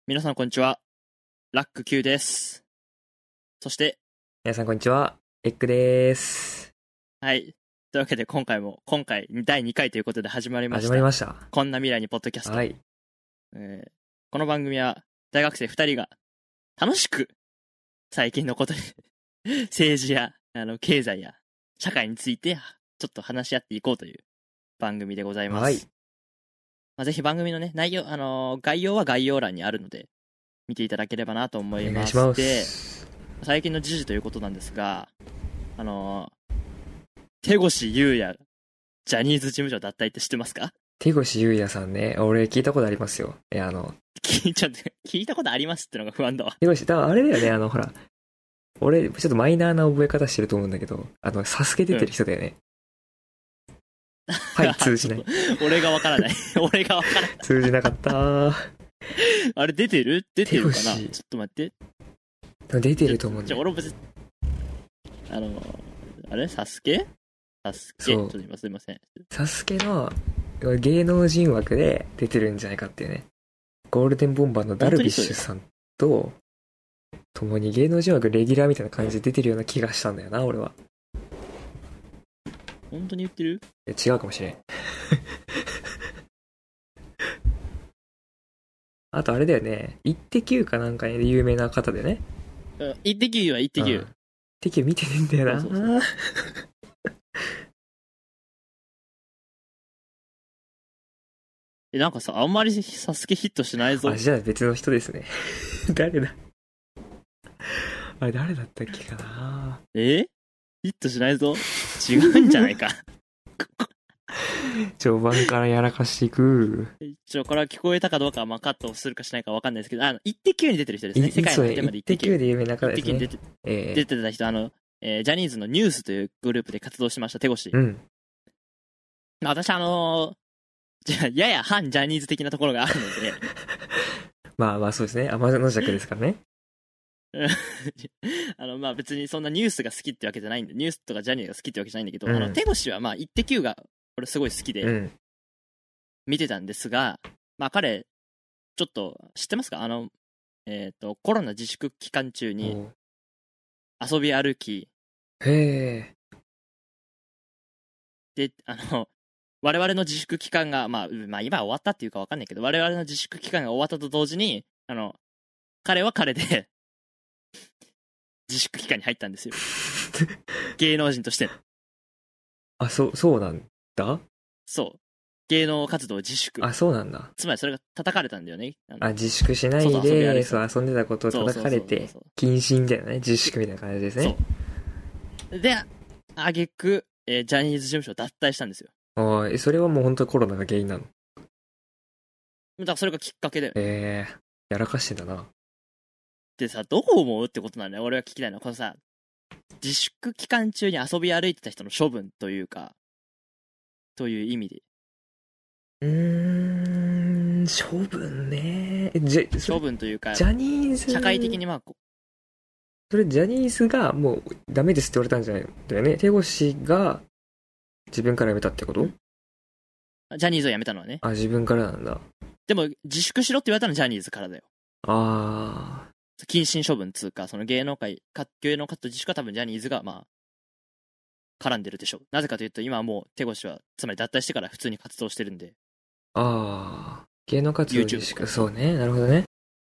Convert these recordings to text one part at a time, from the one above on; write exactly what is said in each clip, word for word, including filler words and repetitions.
皆さんこんにちは。ラック Q です。そして、 皆さんこんにちは。エッグでーす。 はい。というわけで今回も、今回だいにかいということで始まりました。 始まりました。 こんな未来にポッドキャスト。 はい。 えーこの番組は大学生ふたりが楽しく最近のことに政治やあの経済や社会についてちょっと話し合っていこうという番組でございます。 はい。 まあ、ぜひ番組のね、内容、あのー概要は概要欄にあるので、見ていただければなと思います。 お願いします。 で、最近の時事ということなんですが、あのー、手越優也、ジャニーズ事務所脱退って知ってますか？ 手越優也さんね、俺聞いたことありますよ。え、あの、 聞いちゃって、聞いたことありますってのが不安だわ。 手越、だからあれだよね、あの、ほら、俺、ちょっとマイナーな覚え方してると思うんだけど、あの、サスケ出てる人だよね。うん、はい、通じない。 俺がわからない。俺がわからない。 通じなかったー。 あれ出てる出てるかな？ちょっと待って。 出てると思うんだよ。 じゃ、俺も別に、あの、あれサスケサスケちょっと今すいません。 サスケの芸能人枠で出てるんじゃないかっていうね。ゴールデンボンバーのダルビッシュさんと共に芸能人枠レギュラーみたいな感じで出てるような気がしたんだよな、俺は。 本当に言ってる？ いや違うかもしれん。あとあれだよね、イッテ Q かなんかで有名な方でね。 うん、イッテ Q はイッテ Q。イッテ Q 見てねえんだよな。そうそうそうえ、なんかさ、あんまりサスケヒットしないぞ。 あ、じゃあ別の人ですね。誰だあれ誰だったっけかな。 えヒットしないぞ。違うんじゃないか。 序盤からやらかしていく。 一応これは聞こえたかどうかはまあカットするかしないかわかんないですけど、あの、イッテ Q に出てる人ですね。世界の果てまでイッテ Q で有名な方ですね。 イッテ Q に出て、えー、出てた人、あの、えー、ジャニーズのニュースというグループで活動しました手越。 うん。 私あのー、じゃやや反ジャニーズ的なところがあるので。 まあまあそうですね。天の弱ですからね。 あのまあ別にそんなニュースが好きってわけじゃないんで、ニュースとかジャニーズが好きってわけじゃないんだけど、うん、あの手越はまあイッテ Q が俺すごい好きで見てたんですが、うん、まあ彼ちょっと知ってますか？あのえっ、ー、とコロナ自粛期間中に遊び歩き、 へーであの我々の自粛期間がまあまあ今終わったっていうか分かんないけど、我々の自粛期間が終わったと同時にあの彼は彼で自粛期間に入ったんですよ。芸能人として。 あ、そう、そうなんだ。 そう。芸能活動自粛。 あ、そうなんだ。 つまりそれが叩かれたんだよね。 あ、自粛しないで、そう、遊んでたことを叩かれて、謹慎だよね。自粛みたいな感じですね。 そう。で、あげく、えー、ジャニーズ事務所を脱退したんですよ。 ああ、それはもう本当にコロナが原因なの？ だからそれがきっかけで。 ええー、やらかしてんだな。 でさ、どう思うってことなんだよ。俺が聞きたいのは、このさ、自粛期間中に遊び歩いてた人の処分というか、という意味で。 うーん、処分ね。じ処分というか、 ジャニーズ。 社会的にまあ、 それジャニーズがもうダメですって言われたんじゃないんだよね。手越が自分から辞めたってこと？ ジャニーズを辞めたのはね。 あ、自分からなんだ。 でも、自粛しろって言われたのはジャニーズからだよ。 ああ。 謹慎処分つうか、その芸能界、芸能活動自粛は多分ジャニーズが、まあ、絡んでるでしょう。なぜかというと、今はもう手越は、つまり脱退してから普通に活動してるんで。 ああ。芸能活動自粛。そうね。なるほどね。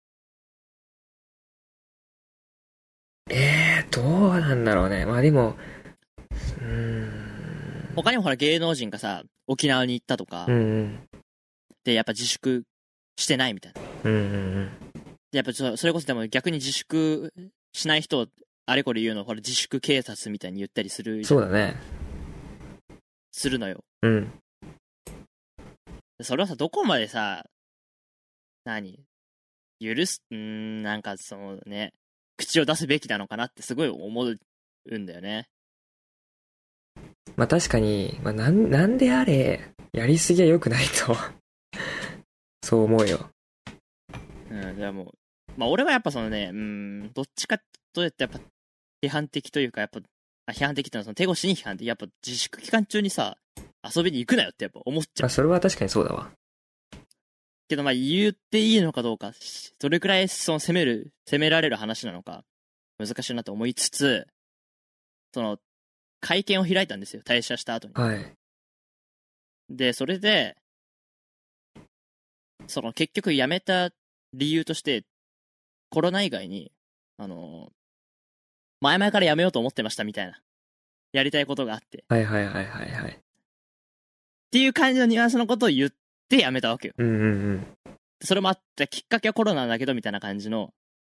えー、どうなんだろうね。まあでも、うーん。 他にもほら芸能人がさ、沖縄に行ったとか、 うんうん、 で、やっぱ自粛してないみたいな。 うんうんうん。 で、やっぱそれこそでも逆に自粛しない人をあれこれ言うの、ほら自粛警察みたいに言ったりする。 そうだね。 するのよ。 うん。 それはさ、どこまでさ、何許す、んーなんかそのね、口を出すべきなのかなってすごい思うんだよね。 まあ確かに、まあなん、なんであれ、やりすぎは良くないと。そう思うよ。 うん、でも、まあ俺はやっぱそのね、うん、どっちかというとやっぱ批判的というか、やっぱ、あ批判的ってのはその手越しに批判的。やっぱ自粛期間中にさ、遊びに行くなよってやっぱ思っちゃう。 あ、それは確かにそうだわ。 けどまあ言っていいのかどうか、どれくらいその責める、責められる話なのか、難しいなと思いつつ、その、会見を開いたんですよ、退社した後に。 はい。 で、それで、その結局辞めた理由として、コロナ以外に、あの、前々から辞めようと思ってましたみたいな、やりたいことがあって。 はいはいはいはいはい。 っていう感じのニュアンスのことを言って辞めたわけよ。 うんうんうん。 それもあったきっかけはコロナだけどみたいな感じの、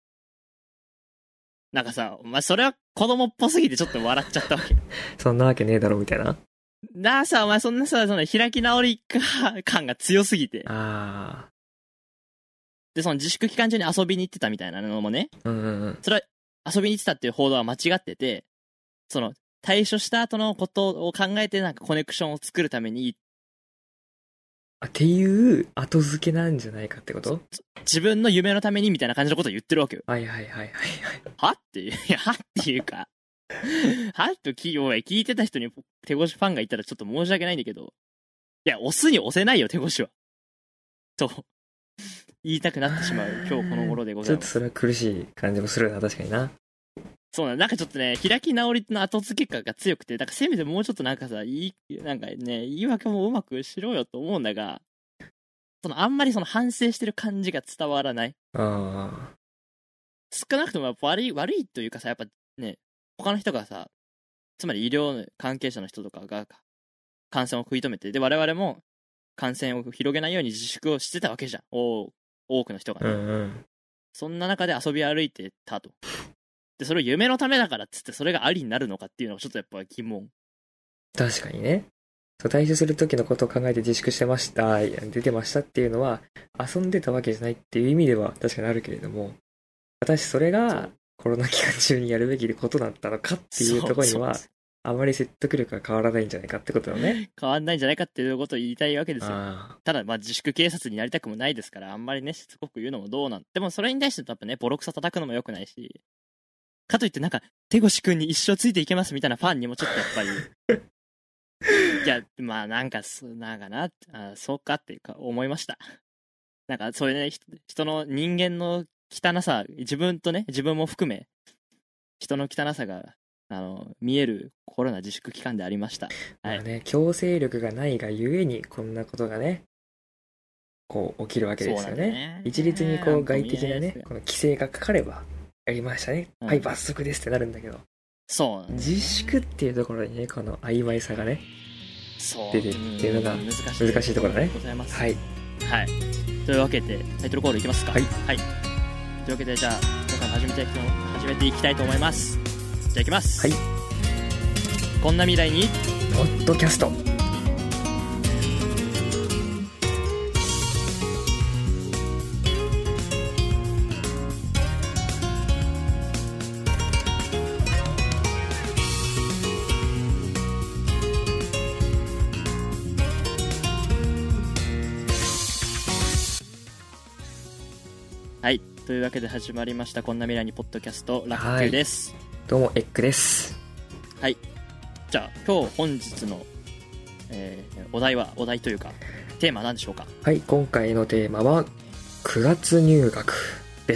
なんかさ、お前それは子供っぽすぎてちょっと笑っちゃったわけ。 そんなわけねえだろみたいな。 なあさ、お前そんなさ、その開き直り感が強すぎて。 ああ。 で、その自粛期間中に遊びに行ってたみたいなのもね、 うんうんうん。 それは遊びに行ってたっていう報道は間違ってて、その退所した後のことを考えてなんかコネクションを作るために、 っていう後付けなんじゃないかってこと？ 自分の夢のためにみたいな感じのことを言ってるわけよ。 はいはいはいはいはい。 はっていう、いや、はっていうか、はっと聞聞いてた人に手越しファンがいたらちょっと申し訳ないんだけど、いや、押すに押せないよ、手越しは。と、言いたくなってしまう今日この頃でございます。 ちょっとそれは苦しい感じもするな、確かにな。 そうな、なんかちょっとね、開き直りの後付け感が強くて、だからせめてもうちょっとなんかさ、いい、なんかね、言い訳もうまくしろよと思うんだが、そのあんまりその反省してる感じが伝わらない。 ああ。 少なくともやっぱ悪い、悪いというかさ、やっぱね、他の人がさ、つまり医療関係者の人とかが感染を食い止めて、で、我々も感染を広げないように自粛をしてたわけじゃん。多くの人がね。 うんうん。 そんな中で遊び歩いてたと。で、それを夢のためだからっつってそれがありになるのかっていうのがちょっとやっぱ疑問。 確かにね。そう、退所する時のことを考えて自粛してました、出てましたっていうのは、遊んでたわけじゃないっていう意味では確かにあるけれども、果たしてそれがコロナ期間中にやるべきことだったのかっていうところには、あまり説得力が変わらないんじゃないかってことだね。 変わらないんじゃないかっていうことを言いたいわけですよ。ただ、まあ自粛警察になりたくもないですから、あんまりね、しつこく言うのもどうなん。でもそれに対してやっぱね、ボロクソ叩くのも良くないし、かといってなんか、手越くんに一生ついていけますみたいなファンにもちょっとやっぱり、いや、まあなんか、なんかな、あ、そうかっていうか思いました。なんかそういうね、人の人間の汚さ、自分とね、自分も含め、人の汚さが、あの、見えるコロナ自粛期間でありました。 はい。まあね、強制力がないがゆえに、こんなことがね、こう起きるわけですよね。ね、一律にこう外的なね、この規制がかかれば、やりましたね、うん、はい、罰則ですってなるんだけど、 そう、ね、 自粛っていうところにね、この曖昧さがね、出てるっていうのが難しいところだね。はい。 はい。というわけで、タイトルコールいきますか。 はい。 はい。というわけで、じゃあ、皆さん始めて、始めていきたいと思います。じゃあいきます。 はい。 こんな未来に、 ポッドキャスト。 はい。というわけで始まりました。こんな未来にポッドキャスト、ラッキュです。 どうも、エッグです。 はい。じゃあ、今日本日の、えー、お題は、お題というか、テーマは何でしょうか？ はい、今回のテーマは、くがつ入学です。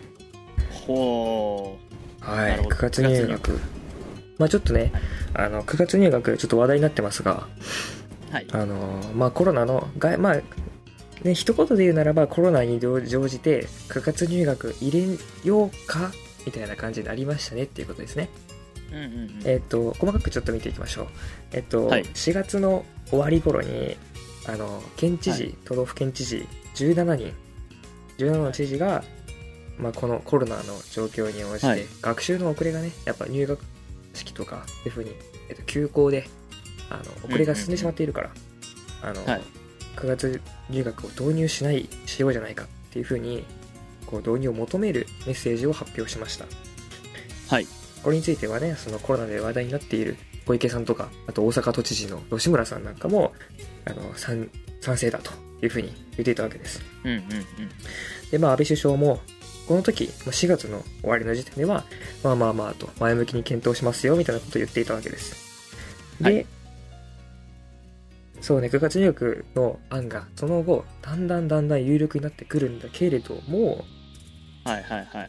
ほー。はい、くがつ入学。まあちょっとね、はい、あの、くがつ入学、ちょっと話題になってますが、 はい。 あの、まあコロナの、がまあ、ね、一言で言うならばコロナに乗じてくがつ入学入れようかみたいな感じになりましたねっていうことですね。 うんうんうん、 えっと細かくちょっと見ていきましょう。えっと、はい、しがつの終わり頃にあの県知事、はい、都道府県知事じゅうななにんじゅうななの知事が、まあ、このコロナの状況に応じて、はい、学習の遅れがねやっぱ入学式とかそういう風に、えっと、休校であの遅れが進んでしまっているから、うんうんうん、あの、はい、くがつ入学を導入しないしようじゃないかっていう風にこう導入を求めるメッセージを発表しました。 はい。 これについてはね、そのコロナで話題になっている小池さんとか、あと大阪都知事の吉村さんなんかもあの 賛, 賛成だという風に言っていたわけです。 うんうんうん。 で、まあ安倍首相もこの時しがつの終わりの時点ではまあまあまあと前向きに検討しますよみたいなことを言っていたわけです。で、はい、 そうね、くがつ入学の案が、その後、だんだんだんだん有力になってくるんだけれども、 はいはいはい。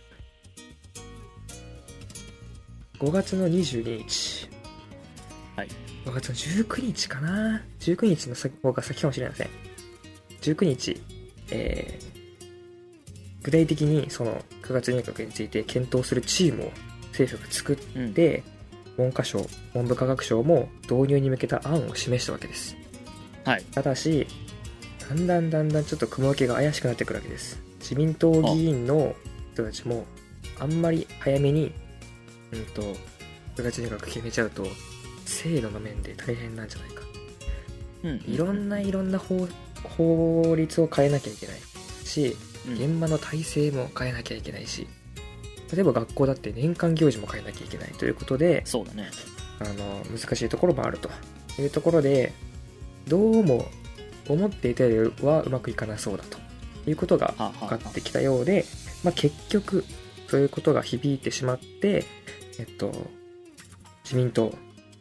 ごがつのにじゅうににち。 はい。 ごがつのじゅうくにちかな。じゅうくにちの方が先かもしれません。じゅうくにち、えー、具体的にそのくがつ入学について検討するチームを政府が作って、うん、文科省、文部科学省も導入に向けた案を示したわけです。 はい。 ただし、だんだんだんだんちょっと雲行きが怪しくなってくるわけです。自民党議員の人たちも、あんまり早めに、うんと、くがつ入学決めちゃうと、制度の面で大変なんじゃないか。うん、いろんないろんな法、法律を変えなきゃいけないし、現場の体制も変えなきゃいけないし、例えば学校だって年間行事も変えなきゃいけないということで、 そうだね。 あの、難しいところもあるというところで、どうも思っていたよりはうまくいかなそうだということが分かってきたようで、まあ、結局そういうことが響いてしまって、えっと、自民党、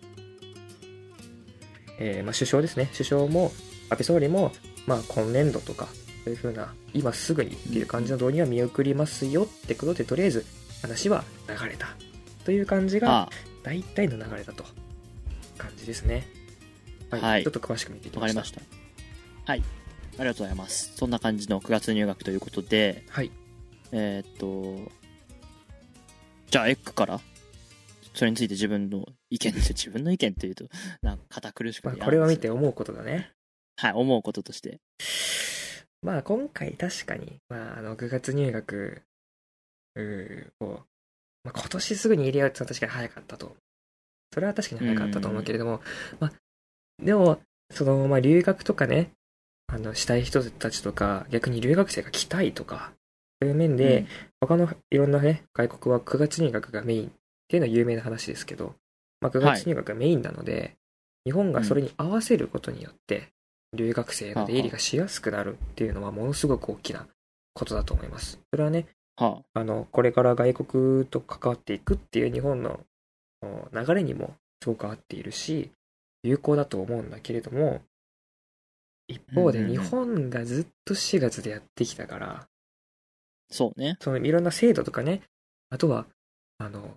えーまあ、首相ですね、首相も安倍総理も、まあ、今年度とかそういうふうな今すぐにっていう感じの導入は見送りますよってことで、とりあえず話は流れたという感じが大体の流れだと感じですね。はい、はい、ちょっと詳しく見ていきました。わかりました。 はい、ありがとうございます。そんな感じのくがつ入学ということで、 はい、 えー、っとじゃあエッグからそれについて自分の意見で自分の意見っていうとなんか堅苦しくて、 まあ、これを見て思うことだね。 はい、思うこととして、 まあ今回確かに、まあ、あのくがつ入学を、まあ、今年すぐに入れようってのは確かに早かったと。それは確かに早かったと思うけれども、まあでもそのまあ留学とかね、あのしたい人たちとか、逆に留学生が来たいとかそういう面で、うん、他のいろんなね外国はくがつ入学がメインっていうのは有名な話ですけど、まあ、くがつ入学がメインなので、はい、日本がそれに合わせることによって、うん、留学生の出入りがしやすくなるっていうのはものすごく大きなことだと思います。それはね、はあ、あのこれから外国と関わっていくっていう日本の流れにもすごく合っているし有効だと思うんだけれども、一方で日本がずっとしがつでやってきたから、うんうんうん、 そうね、 そのいろんな制度とかね、あとはあの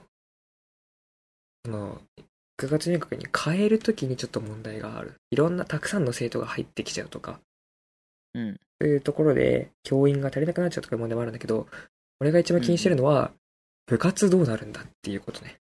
そのくがつ入学に変えるときにちょっと問題がある。いろんなたくさんの生徒が入ってきちゃうとか、 うん、 そういうところで教員が足りなくなっちゃうとかいう問題もあるんだけど、俺が一番気にしてるのは、うん、部活どうなるんだっていうことね。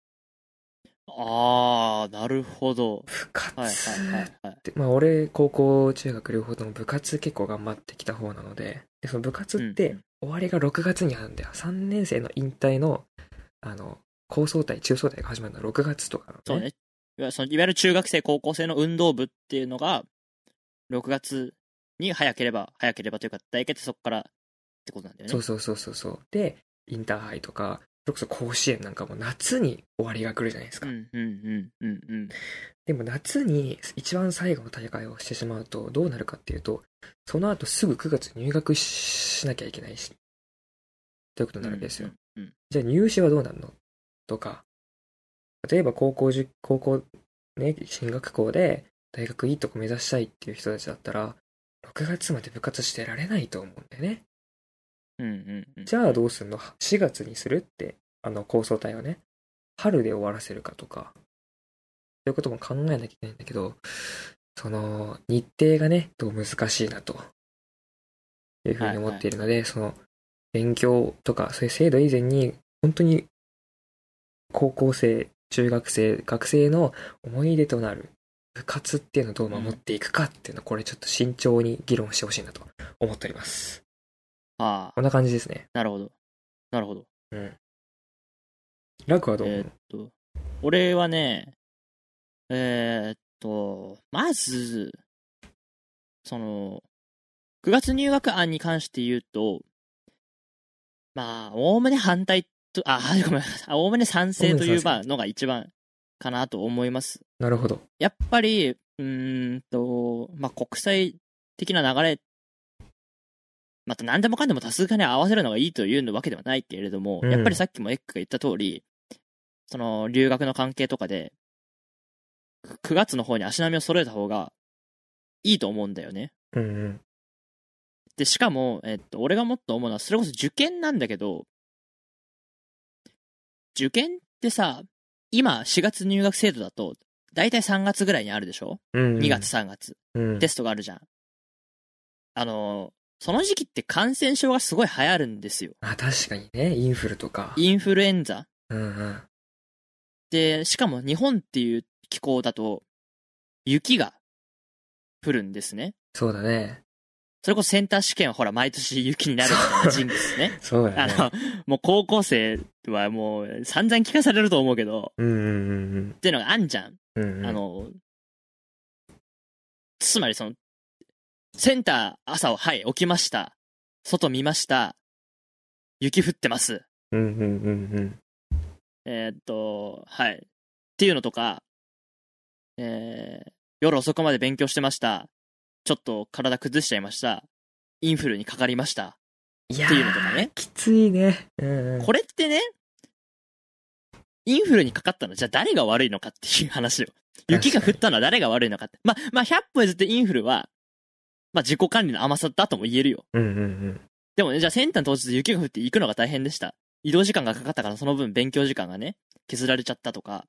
あー、なるほど。 部活って、はいはいはい、まあ俺、高校、中学両方とも部活結構頑張ってきた方なので、でその部活って終わりがろくがつにあるんだよ。さんねん生の引退の、あの、高層隊、中層隊が始まるのはろくがつとかなのね。 そうね。いわゆる中学生、高校生の運動部っていうのが、ろくがつに早ければ、早ければというか、大体そこからってことなんだよね。 そうそうそうそうそう。で、インターハイとか、それこそ甲子園なんかも夏に終わりが来るじゃないですか。 うんうんうんうんうん。 でも夏に一番最後の大会をしてしまうとどうなるかっていうと、その後すぐくがつ入学しなきゃいけないし、ということになるわけですよ。うんうんうん、じゃあ入試はどうなるのとか、例えば高校、高校ね、進学校で大学いいとこ目指したいっていう人たちだったら、ろくがつまで部活してられないと思うんだよね。 うんうんうん、 じゃあどうすんの ?しがつにするって、あの構想体をね、春で終わらせるかとか、そういうことも考えなきゃいけないんだけど、その日程がね、どう難しいなというふうに思っているので、はいはい、その勉強とかそういう制度以前に本当に高校生、中学生、学生の思い出となる部活っていうのをどう守っていくかっていうのを、これちょっと慎重に議論してほしいなと思っております。 ああ。 こんな感じですね。 なるほど。なるほど。 うん。ラクはどう思う？ えー、っと、俺はね、えー、っと、まず、その、くがつ入学案に関して言うと、まあ、おおむね反対と、あ、ごめん、おおむね賛成というのが一番かなと思います。 なるほど。 やっぱり、うーんと、まあ、国際的な流れ、また何でもかんでも多数化に合わせるのがいいというわけではないけれども、うん、やっぱりさっきもエッグが言った通り、その留学の関係とかで、くがつの方に足並みを揃えた方がいいと思うんだよね。 うんうん。 で、しかも、えっと、俺がもっと思うのは、それこそ受験なんだけど、受験ってさ、今しがつ入学制度だと、だいたいさんがつぐらいにあるでしょ、 うんうん、 にがつさんがつ、 うん、 テストがあるじゃん。あの、その時期って感染症がすごい流行るんですよ。 あ、確かにね。インフルとか。 インフルエンザ。 うんうん。 で、しかも日本っていう気候だと、雪が降るんですね。 そうだね。 それこそセンター試験はほら、毎年雪になるみたいなジンクスね。 そうだね。 あの、もう高校生はもう散々聞かされると思うけど、 うんうんうんうん。 っていうのがあんじゃん。 うんうん、 あの、つまりその、センター朝を、はい、起きました。外見ました。雪降ってます。 うんうんうんうん。 えー、っと、はい。っていうのとか、えー、夜遅くまで勉強してました。ちょっと体崩しちゃいました。インフルにかかりました。 いやー、 っていうのとかね。 きついね。うんうん、 これってね、インフルにかかったのじゃあ誰が悪いのかっていう話よ。雪が降ったのは誰が悪いのかって。まあ、まあ、ひゃっぽ譲ってインフルは、まあ、自己管理の甘さだとも言えるよ。 うんうんうん。 でもね、じゃあセンター当日雪が降って行くのが大変でした。移動時間がかかったからその分勉強時間がね、削られちゃったとか、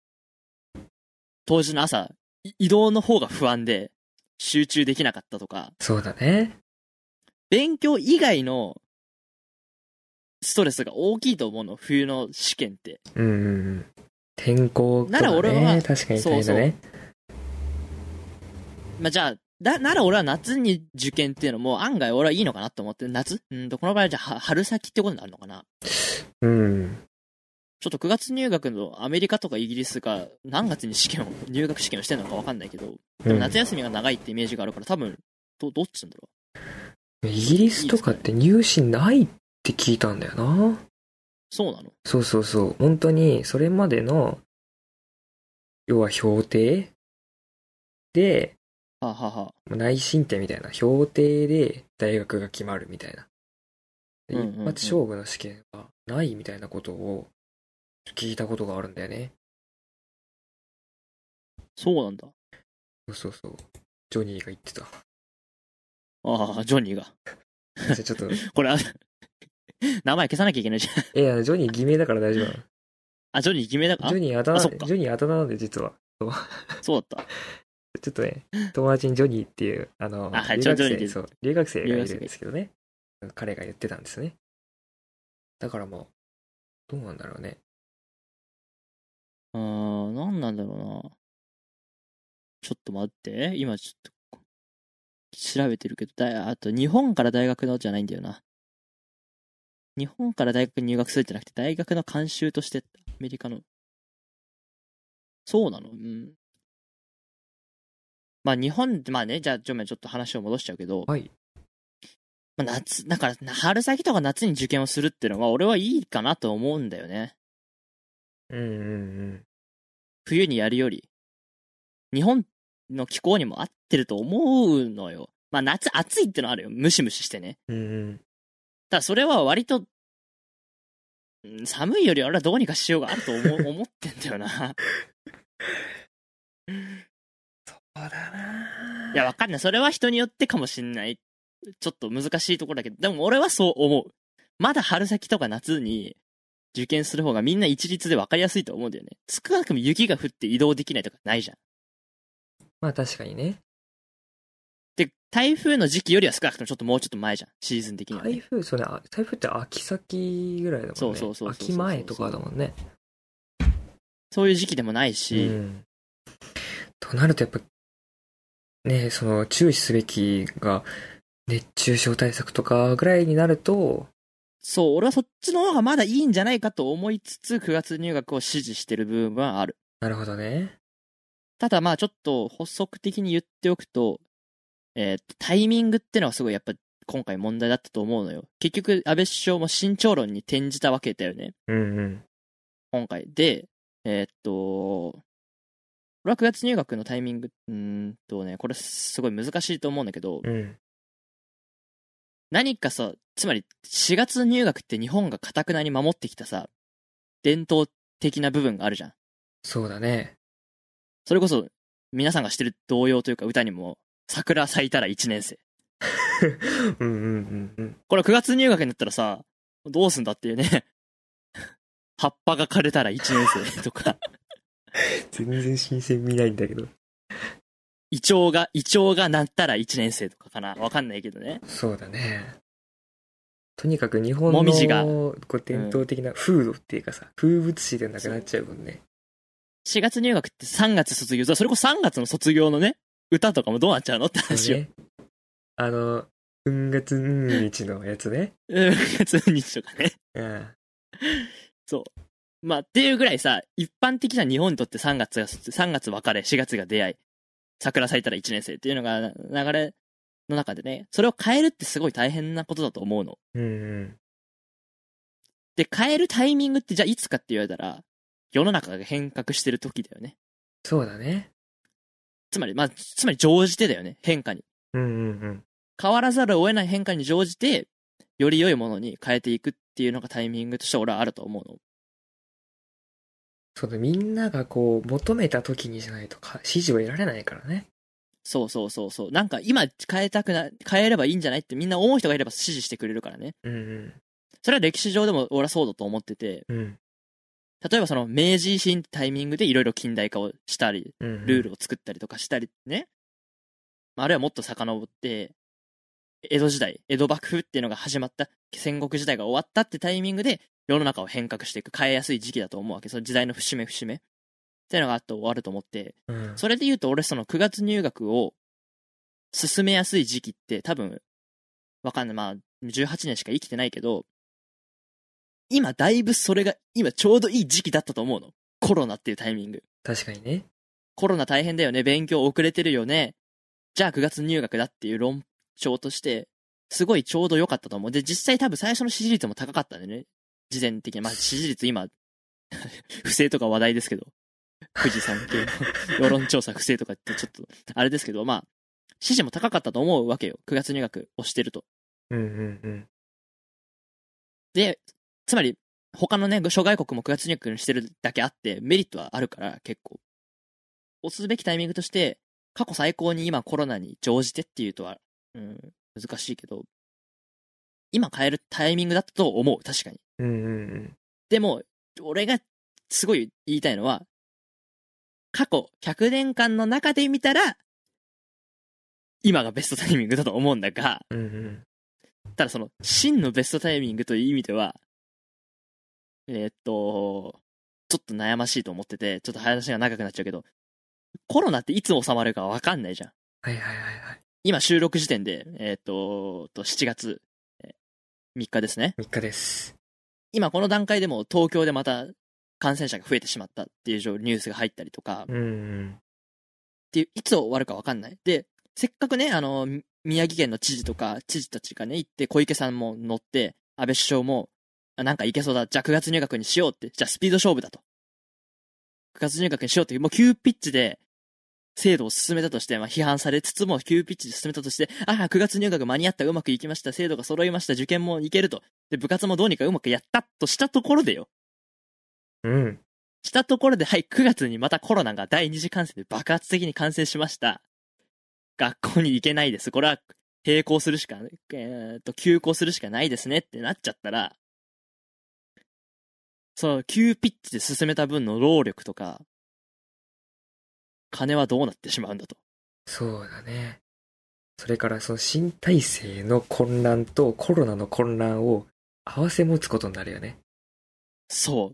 当日の朝、移動の方が不安で集中できなかったとか。 そうだね。 勉強以外のストレスが大きいと思うの、冬の試験って。 うんうんうん。天候とかね。 なら俺は、 確かに大変だね。そうそう。 まあ、じゃあ、だ、なら俺は夏に受験っていうのも案外俺はいいのかなと思って、夏うんと、この場合はじゃあ春先ってことになるのかな。 うん。 ちょっとくがつ入学のアメリカとかイギリスが何月に試験を、入学試験をしてるのか分かんないけど、でも夏休みが長いってイメージがあるから多分、ど、どっちなんだろう。イギリスとかって入試ないって聞いたんだよな。 そうなの？ そうそうそう。本当に、それまでの、要は評定で、 はあ、ははあ、内申点みたいな、評定で大学が決まるみたいな。 うんうんうん、 一発勝負の試験がないみたいなことを聞いたことがあるんだよね。 そうなんだ。 そうそうそう。ジョニーが言ってた。 ああ、ジョニーが。 じゃちょっと。 これ、名前消さなきゃいけないじゃん。 いや、ジョニー偽名だから大丈夫なの。 あ、ジョニー偽名だから。 ジョニーあだ名、ジョニーあだ名なんで実は。 そうだった。 ちょっとね、友達にジョニーっていう、あの、 あ、はい、 留学生、 ジョニーそう、留学生がいるんですけどね。彼が言ってたんですね。だからもう、どうなんだろうね。 あー、なんなんだろうな。ちょっと待って。今ちょっと、調べてるけど、だあと日本から大学のじゃないんだよな。日本から大学に入学するんじゃなくて、大学の慣習としてアメリカの。そうなの？うん。まあ日本、まあね、じゃあ、ちょ、ちょっと話を戻しちゃうけど、 はい。 まあ夏、だから、春先とか夏に受験をするっていうのは、俺はいいかなと思うんだよね。 うんうんうん。 冬にやるより、日本の気候にも合ってると思うのよ。まあ夏暑いってのあるよ。ムシムシしてね。 うんうん。 ただそれは割と、寒いより俺はどうにかしようがあると思思ってんだよな。 そうだな。 いや、わかんない。それは人によってかもしんない。ちょっと難しいところだけど、でも俺はそう思う。まだ春先とか夏に受験する方がみんな一律で分かりやすいと思うんだよね。少なくとも雪が降って移動できないとかないじゃん。 まあ確かにね。 で、台風の時期よりは少なくともちょっともうちょっと前じゃん。シーズン的には、ね。 台風、そうね、台風って秋先ぐらいだもんね。 そうそうそうそうそう秋前とかだもんね。 そういう時期でもないし。 うん。となるとやっぱ、ね、その注意すべきが、熱中症対策とかぐらいになると、 そう、俺はそっちの方がまだいいんじゃないかと思いつつ、くがつ入学を支持してる部分はある。 なるほどね。 ただまあちょっと補足的に言っておくと、えー、タイミングってのはすごいやっぱ今回問題だったと思うのよ。結局安倍首相も慎重論に転じたわけだよね。 うんうん。 今回。で、えー、っと、俺はくがつ入学のタイミング、うーんとね、これすごい難しいと思うんだけど、 うん、 何かさ、つまりしがつ入学って日本が堅くなに守ってきたさ、伝統的な部分があるじゃん。 そうだね。 それこそ皆さんが知ってる童謡というか歌にも桜咲いたらいちねん生。 うんうんうんうん。 これくがつ入学になったらさ、どうすんだっていうね。葉っぱが枯れたらいちねん生とか。 全然新鮮味ないんだけど。 イチョウが、イチョウがなったらいちねん生とかかな。わかんないけどね。 そうだね。とにかく日本のもみじがこう伝統的な風土っていうかさ、うん、風物詩でなくなっちゃうもんね。 しがつ入学ってさんがつ卒業。それこそさんがつの卒業のね、歌とかもどうなっちゃうのって話よ。ね、 あの、うんがつうん日のやつね。 うんがつうん日とかね。 うん。 そう。まあ、っていうぐらいさ、一般的な日本にとってさんがつが、さんがつ別れ、しがつが出会い、桜咲いたらいちねん生っていうのが流れの中でね、それを変えるってすごい大変なことだと思うの。 うんうん。 で、変えるタイミングってじゃあいつかって言われたら、世の中が変革してる時だよね。 そうだね。 つまり、まあ、つまり乗じてだよね、変化に。 うんうんうん。 変わらざるを得ない変化に乗じて、より良いものに変えていくっていうのがタイミングとして俺はあると思うの。 そうだ、みんながこう、求めた時にじゃないとか、支持を得られないからね。 そうそうそうそう。なんか今変えたくな、変えればいいんじゃないってみんな思う人がいれば支持してくれるからね。 うんうん。 それは歴史上でも俺はそうだと思ってて、 うん、 例えばその明治維新ってタイミングでいろいろ近代化をしたり、 うんうん、 ルールを作ったりとかしたりね。あるいはもっと遡って、江戸時代、江戸幕府っていうのが始まった、戦国時代が終わったってタイミングで世の中を変革していく、変えやすい時期だと思うわけ。その時代の節目節目っていうのがあって終わると思って、 うん、 それで言うと俺そのくがつ入学を進めやすい時期って多分、わかんない。まあ、じゅうはちねんしか生きてないけど、今だいぶそれが今ちょうどいい時期だったと思うの。コロナっていうタイミング。 確かにね。 コロナ大変だよね。勉強遅れてるよね。じゃあくがつ入学だっていう論調として、すごいちょうど良かったと思う。で、実際多分最初の支持率も高かったんでね。事前的に。まあ支持率今、不正とか話題ですけど。富士山系の世論調査不正とかってちょっと、あれですけど、まあ、支持も高かったと思うわけよ。くがつ入学をしてると。 うんうんうん。 で、つまり、他のね、諸外国もくがつ入学にしてるだけあって、メリットはあるから、結構。押すべきタイミングとして、過去最高に今コロナに乗じてっていうとは、うん、難しいけど、今変えるタイミングだったと思う、確かに。 うんうんうん。 でも、俺がすごい言いたいのは、過去ひゃくねんかんの中で見たら、今がベストタイミングだと思うんだが、 うんうん、 ただその、真のベストタイミングという意味では、えー、っと、ちょっと悩ましいと思ってて、ちょっと話が長くなっちゃうけど、コロナっていつ収まるかわかんないじゃん。 はいはいはいはい。 今収録時点で、えー、っと、しちがつみっかですね。 みっかです。 今この段階でも東京でまた感染者が増えてしまったっていうニュースが入ったりとか、 うんうん、 っていう、いつ終わるかわかんない。で、せっかくね、あの、宮城県の知事とか、知事たちがね、行って、小池さんも乗って、安倍首相も、なんかいけそうだ、じゃあくがつ入学にしようって、じゃあスピード勝負だと。くがつ入学にしようって、もう急ピッチで、制度を進めたとして、まあ批判されつつも急ピッチで進めたとして、ああ、くがつ入学間に合った、うまくいきました、制度が揃いました、受験もいけると。で、部活もどうにかうまくやったとしたところでよ。 うん。 したところで、はい、くがつにまたコロナが第二次感染で爆発的に感染しました。学校に行けないです。これは並行するしか、えー、と、休校するしかないですねってなっちゃったら、その急ピッチで進めた分の労力とか、金はどうなってしまうんだと。 そうだね。それからその新体制の混乱とコロナの混乱を合わせ持つことになるよね。 そう。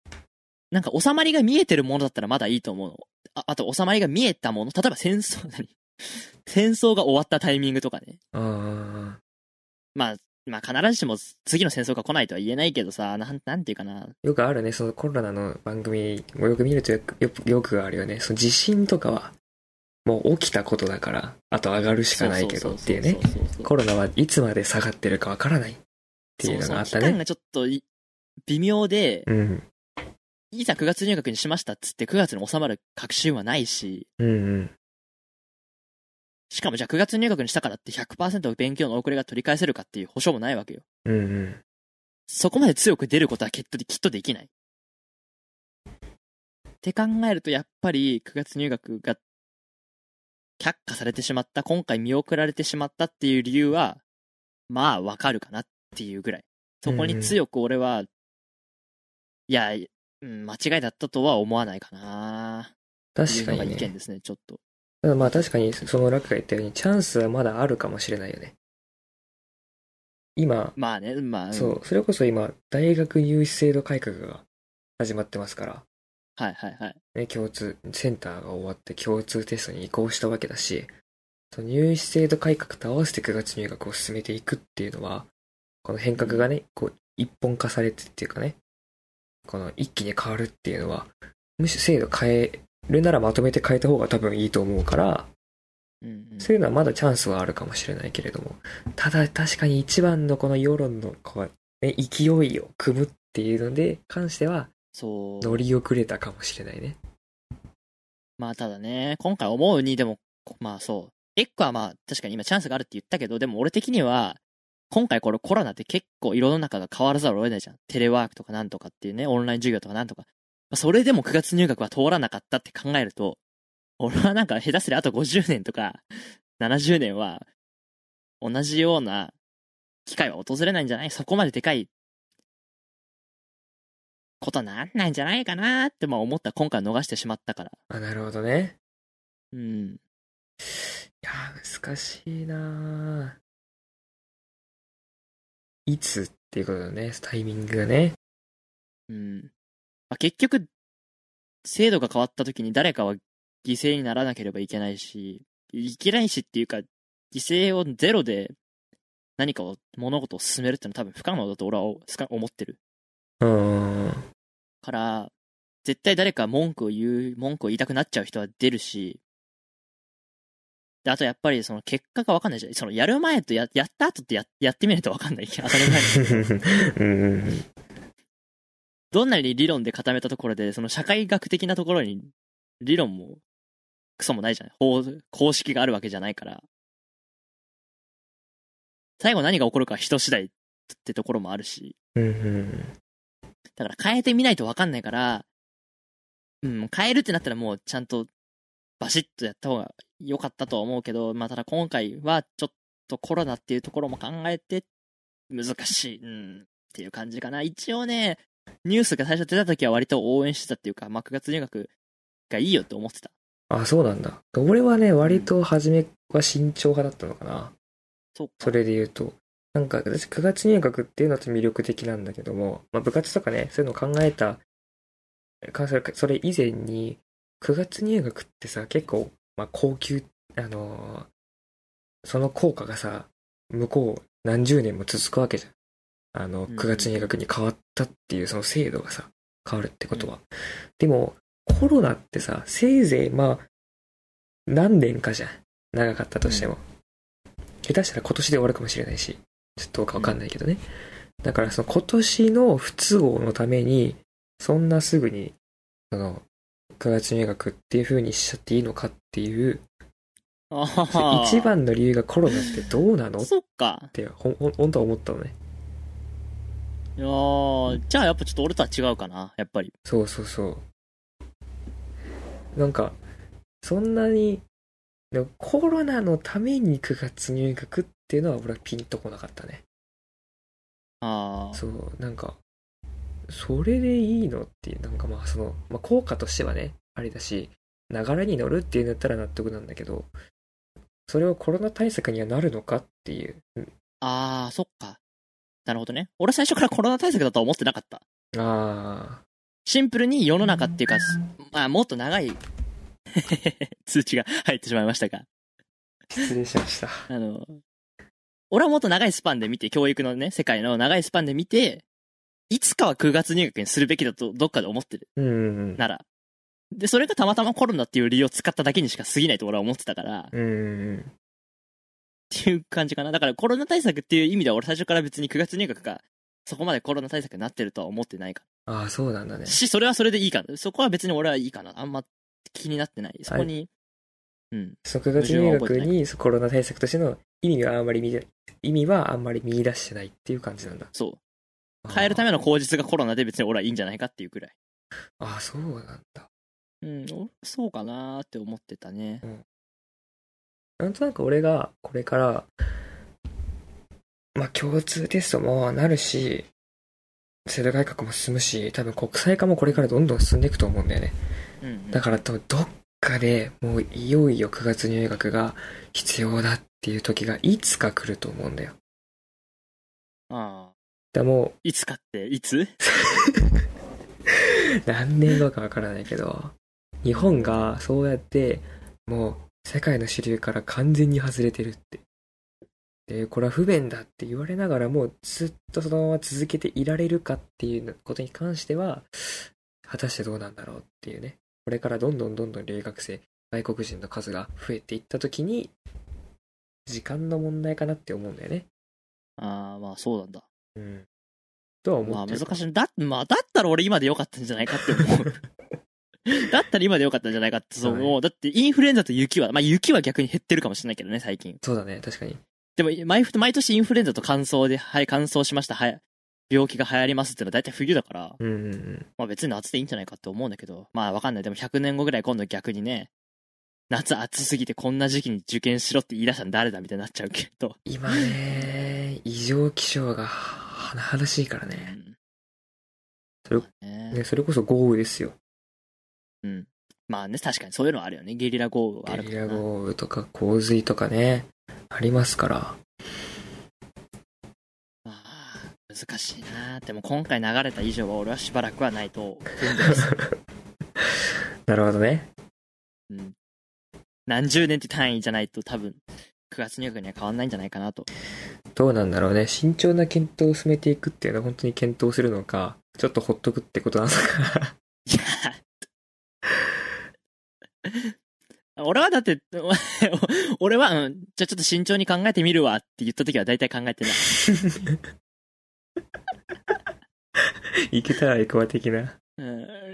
なんか収まりが見えてるものだったらまだいいと思うの。あ, あと収まりが見えたもの、例えば戦争、何戦争が終わったタイミングとかね。 あまあ、まあ必ずしも次の戦争が来ないとは言えないけどさ、なん、なんていうかな。 よくあるね、そのコロナの番組をよく見るとよく、よく、よくあるよね。その地震とかは、もう起きたことだから、あと上がるしかないけどっていうね。コロナはいつまで下がってるかわからないっていうのがあったね。 そうそう、期間がちょっと微妙で、 うん。 いざくがつ入学にしましたっつってくがつに収まる確信はないし、 うんうん。 しかもじゃあくがつ入学にしたからって ひゃくパーセント 勉強の遅れが取り返せるかっていう保証もないわけよ。 うんうん。 そこまで強く出ることはきっと、きっとできない。って考えるとやっぱりくがつ入学が却下されてしまった、今回見送られてしまったっていう理由は、まあわかるかなっていうぐらい。そこに強く俺は、うん、いや、うん、間違いだったとは思わないかな。 確かに、ね。 いうのが意見ですね、ちょっと。 ただまあ確かに、その楽が言ったように、チャンスはまだあるかもしれないよね。今、 まあね、まあ、うん、 そう、それこそ今、大学入試制度改革が始まってますから。 はいはいはい。 ね、共通、センターが終わって共通テストに移行したわけだし、その入試制度改革と合わせてくがつ入学を進めていくっていうのは、この変革がね、こう、一本化されてっていうかね、この一気に変わるっていうのは、むしろ制度変えるならまとめて変えた方が多分いいと思うから、 うんうん、 そういうのはまだチャンスはあるかもしれないけれども、ただ確かに一番のこの世論のこう、ね、勢いを組むっていうので関しては、 そう。 乗り遅れたかもしれないね。 まあただね、今回思うに、でも、まあそう。一個はまあ確かに今チャンスがあるって言ったけど、でも俺的には、今回これコロナって結構世の中が変わらざるを得ないじゃん。テレワークとかなんとかっていうね、オンライン授業とかなんとか。それでもくがつ入学は通らなかったって考えると、俺はなんか下手すりゃあとごじゅうねんとかななじゅうねんは同じような機会は訪れないんじゃない？そこまででかいことなんないんじゃないかなってまあ思った今回逃してしまったから。 あ、なるほどね。 うん。 いやー、難しいなー。いつっていうことだね、タイミングがね。 うん。まあ、結局、制度が変わった時に誰かは犠牲にならなければいけないし、いけないしっていうか、犠牲をゼロで何かを、物事を進めるってのは多分不可能だと俺は思ってる。 うーん。 から、絶対誰か文句を言う、文句を言いたくなっちゃう人は出るし、で、あとやっぱりその結果がわかんないじゃん。そのやる前とや、やった後ってや、やってみないとわかんない。当たり前なんだけど。 うん。 どんなに理論で固めたところで、その社会学的なところに理論もクソもないじゃん。法、公式があるわけじゃないから。最後何が起こるか人次第ってところもあるし。 うんうん。 だから変えてみないとわかんないから、うん、変えるってなったらもうちゃんとバシッとやった方が良かったとは思うけど、まあただ今回はちょっとコロナっていうところも考えて難しい、うん、っていう感じかな。一応ね、ニュースが最初出た時は割と応援してたっていうか、まあくがつ入学がいいよって思ってた。 あ、そうなんだ。俺はね、割と初めは慎重派だったのかな。 そうか。 それで言うと。なんか、私くがつ入学っていうのは魅力的なんだけども、まあ部活とかね、そういうのを考えた、それ以前に、くがつ入学ってさ、結構、まあ高級、あのー、その効果がさ、向こう何十年も続くわけじゃん。あの、くがつ入学に変わったっていうその制度がさ、変わるってことは。うん、でも、コロナってさ、せいぜいまあ、何年かじゃん。長かったとしても。うん、下手したら今年で終わるかもしれないし、ちょっとどうかわかんないけどね。うん、だからその今年の不都合のために、そんなすぐに、その、くがつ入学っていう風にしちゃっていいのかっていう、一番の理由がコロナってどうなのそっかってほん、ほんとは思ったのね。 いやー、じゃあやっぱちょっと俺とは違うかな、やっぱり。 そうそうそう。なんか、そんなに、コロナのためにくがつ入学っていうのは俺はピンとこなかったね。 ああ。 そう、なんか、それでいいのっていう、なんかまあその、まあ効果としてはね、あれだし、流れに乗るっていうんだったら納得なんだけど、それをコロナ対策にはなるのかっていう。うん、 ああ、そっか。なるほどね。俺最初からコロナ対策だとは思ってなかった。 ああ。 シンプルに世の中っていうか、まあもっと長い通知が入ってしまいましたが。 失礼しました。 あの、俺はもっと長いスパンで見て、教育のね、世界の長いスパンで見て、いつかはくがつ入学にするべきだとどっかで思ってる。 うんうんうん、 なら。で、それがたまたまコロナっていう理由を使っただけにしか過ぎないと俺は思ってたから。 うんうんうん、 っていう感じかな。だからコロナ対策っていう意味では俺最初から別にくがつ入学がそこまでコロナ対策になってるとは思ってないから。 ああ、そうなんだね。 し、それはそれでいいかな。そこは別に俺はいいかな。あんま気になってない。そこに、 うん。そのくがつ入学にコロナ対策としての意味はあんまり見、意味はあんまり見出してないっていう感じなんだ。 そう。変えるための口実がコロナで別に俺はいいんじゃないかっていうくらい。 ああ、そうなんだ。 うん、そうかなーって思ってたね。 うん、 なんとなく俺がこれから、まあ共通テストもなるし、制度改革も進むし、多分国際化もこれからどんどん進んでいくと思うんだよね。 うんうん、 だからどっかでもういよいよくがつ入学が必要だっていう時がいつか来ると思うんだよ。 ああ。 だもういつかっていつ何年後かわからないけど、日本がそうやってもう世界の主流から完全に外れてるって。で、これは不便だって言われながらもずっとそのまま続けていられるかっていうことに関しては、果たしてどうなんだろうっていうね。これからどんどんどんどん留学生、外国人の数が増えていったときに、時間の問題かなって思うんだよね。 ああ、まあそうなんだ。 うん。とは思ってる。 まあ難しい。だ、まあだったら俺今でよかったんじゃないかって思う。だったら今でよかったんじゃないかってそう思う。だってインフルエンザと雪は、まあ雪は逆に減ってるかもしれないけどね、最近。 そうだね、確かに。 でも毎、毎年インフルエンザと乾燥で、はい、乾燥しました、はい、病気が流行りますっていうのは大体冬だから、 うんうんうん。 まあ別に夏でいいんじゃないかって思うんだけど、まあわかんない。でもひゃくねんごぐらい今度逆にね、夏暑すぎてこんな時期に受験しろって言い出したの誰だみたいになっちゃうけど。 今ね、異常気象が甚だしいからね。うん、それ、まあね、ね、それこそ豪雨ですよ。 うん。まあね、確かにそういうのはあるよね。ゲリラ豪雨はあるからな。 ゲリラ豪雨とか洪水とかね、ありますから。 まあ、難しいな。でも今回流れた以上は俺はしばらくはないと踏んでます。 なるほどね。 うん。何十年って単位じゃないと多分くがつ入学には変わんないんじゃないかなと。 どうなんだろうね。慎重な検討を進めていくっていうのは本当に検討するのか、ちょっとほっとくってことなのか。 いや俺はだって俺は、うん、じゃあちょっと慎重に考えてみるわって言った時は大体考えてない。 いけたら行くわ的な。 うん、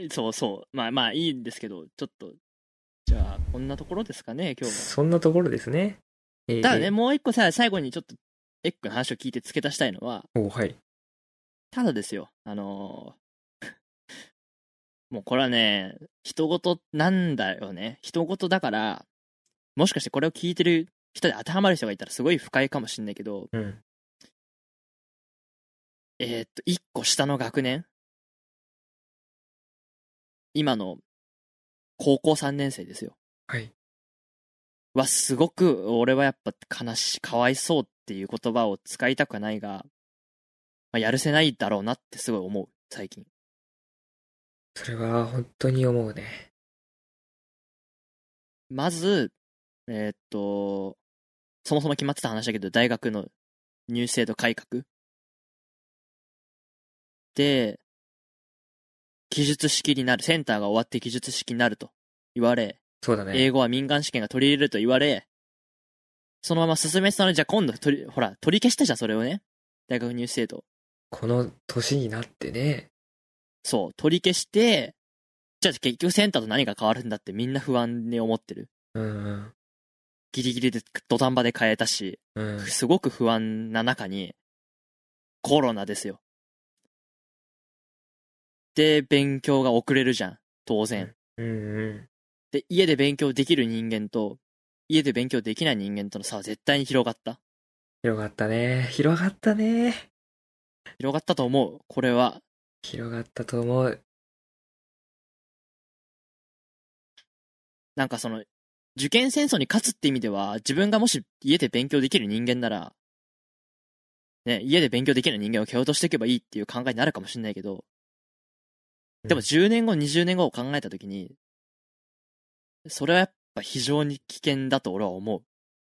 そうそう。まあまあいいんですけど、ちょっと、じゃあこんなところですかね、今日は。 そんなところですね。 えー、ただね、もう一個さ、最後にちょっと、エッグの話を聞いて付け足したいのは、 おはい。 ただですよ、あのー、もうこれはね、人事なんだよね。人事だから、もしかしてこれを聞いてる人で当てはまる人がいたらすごい不快かもしんないけど、 うん、 えー、っと、一個下の学年、今の高校さんねん生ですよ。 はい。 は、すごく俺はやっぱ悲しい、かわいそうっていう言葉を使いたくはないが、まあ、やるせないだろうなってすごい思う、最近。 それは本当に思うね。 まず、えー、っと、そもそも決まってた話だけど、大学の入試制度改革で、記述式になる、センターが終わって記述式になると言われ、 そうだね。 英語は民間試験が取り入れると言われ、そのまま進めてたのに、じゃあ今度取り、ほら、取り消したじゃん、それをね。大学入試制度。 この年になってね。 そう、取り消して、じゃあ結局センターと何が変わるんだってみんな不安に思ってる。 うんうん。 ギリギリで土壇場で変えたし、 うん、 すごく不安な中に、コロナですよ。で、勉強が遅れるじゃん、当然。 うんうん。 で、家で勉強できる人間と、家で勉強できない人間との差は絶対に広がった。 広がったね。広がったね。 広がったと思う、これは。 広がったと思う。 なんかその、受験戦争に勝つって意味では、自分がもし家で勉強できる人間なら、ね、家で勉強できる人間を蹴落としていけばいいっていう考えになるかもしれないけど、でもじゅうねんご、にじゅうねんごを考えたときに、それはやっぱ非常に危険だと俺は思う。